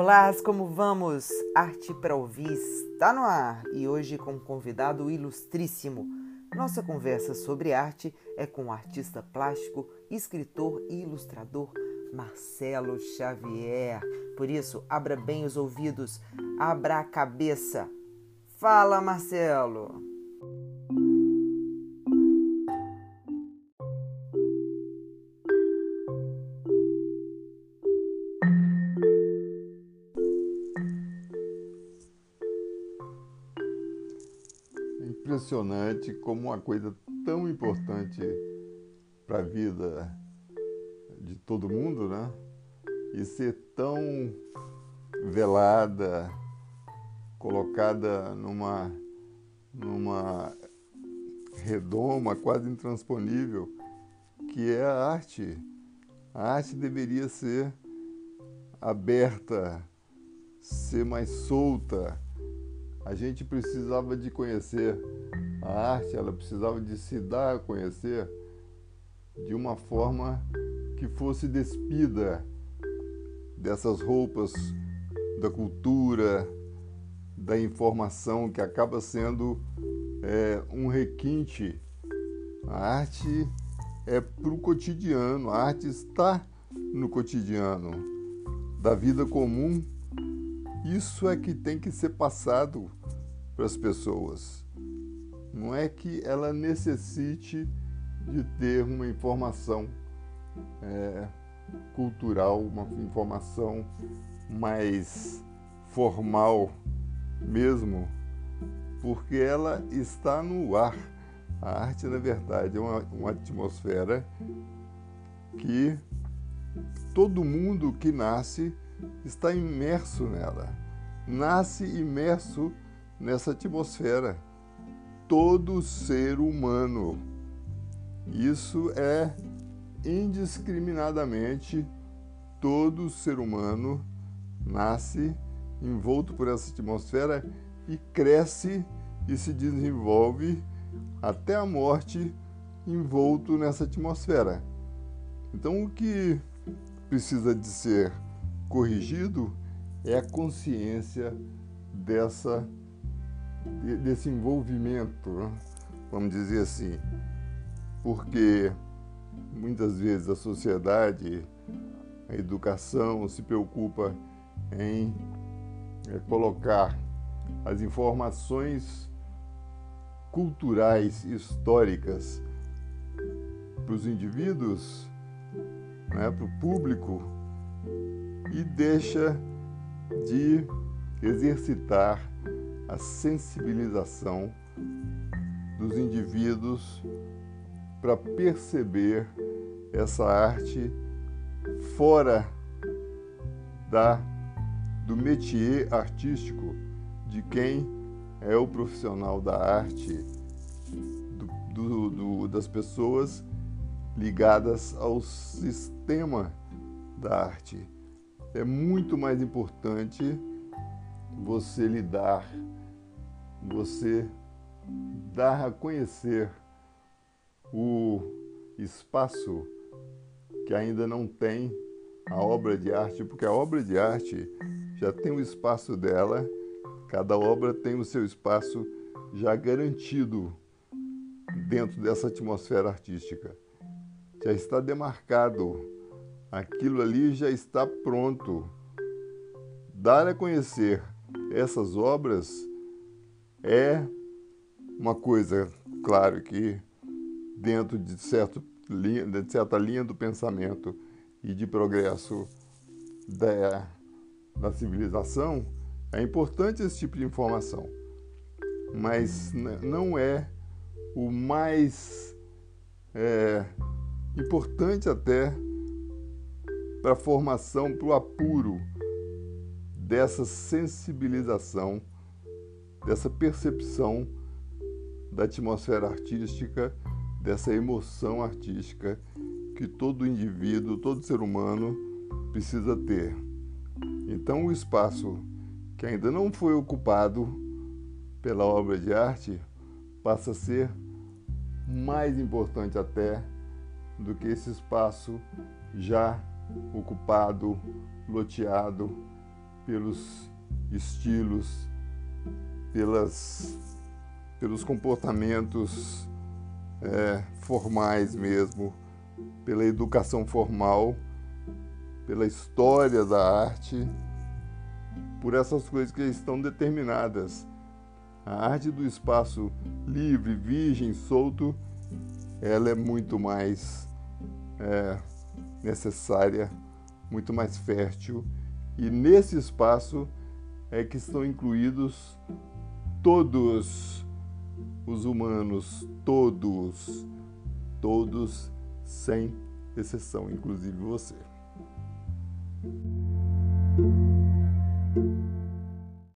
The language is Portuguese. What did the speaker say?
Olá, como vamos? Arte para ouvir está no ar e hoje com um convidado ilustríssimo. Nossa conversa sobre arte é com o artista plástico, escritor e ilustrador Marcelo Xavier. Por isso, abra bem os ouvidos, abra a cabeça. Fala, Marcelo! Impressionante como uma coisa tão importante para a vida de todo mundo, né? E ser tão velada, colocada numa redoma quase intransponível, que é a arte. A arte deveria ser aberta, ser mais solta. A gente precisava de conhecer a arte, ela precisava de se dar a conhecer de uma forma que fosse despida dessas roupas da cultura, da informação, que acaba sendo um requinte. A arte é para o cotidiano, a arte está no cotidiano da vida comum. Isso é que tem que ser passado para as pessoas. Não é que ela necessite de ter uma informação cultural, uma informação mais formal mesmo, porque ela está no ar. A arte, na verdade, é uma atmosfera que todo mundo que nasce está imerso nela, nasce imerso nessa atmosfera. Todo ser humano. Isso é indiscriminadamente, todo ser humano nasce envolto por essa atmosfera e cresce e se desenvolve até a morte envolto nessa atmosfera. Então, o que precisa de ser corrigido é a consciência desse envolvimento, vamos dizer assim, porque muitas vezes a sociedade, a educação se preocupa em colocar as informações culturais, históricas para os indivíduos, para o público, e deixa de exercitar a sensibilização dos indivíduos para perceber essa arte fora do métier artístico de quem é o profissional da arte, das pessoas ligadas ao sistema da arte. É muito mais importante você dar a conhecer o espaço que ainda não tem a obra de arte, porque a obra de arte já tem o espaço dela, cada obra tem o seu espaço já garantido dentro dessa atmosfera artística. Já está demarcado, aquilo ali já está pronto. Dar a conhecer essas obras é uma coisa, claro que dentro de certa linha do pensamento e de progresso da civilização, é importante esse tipo de informação, mas não é o mais importante até para a formação, para o apuro dessa sensibilização, dessa percepção da atmosfera artística, dessa emoção artística que todo indivíduo, todo ser humano precisa ter. Então, o espaço que ainda não foi ocupado pela obra de arte passa a ser mais importante até do que esse espaço já ocupado, loteado pelos estilos, pelos comportamentos formais mesmo, pela educação formal, pela história da arte, por essas coisas que estão determinadas. A arte do espaço livre, virgem, solto, ela é muito mais necessária, muito mais fértil, e nesse espaço é que estão incluídos todos os humanos, todos, sem exceção, inclusive você.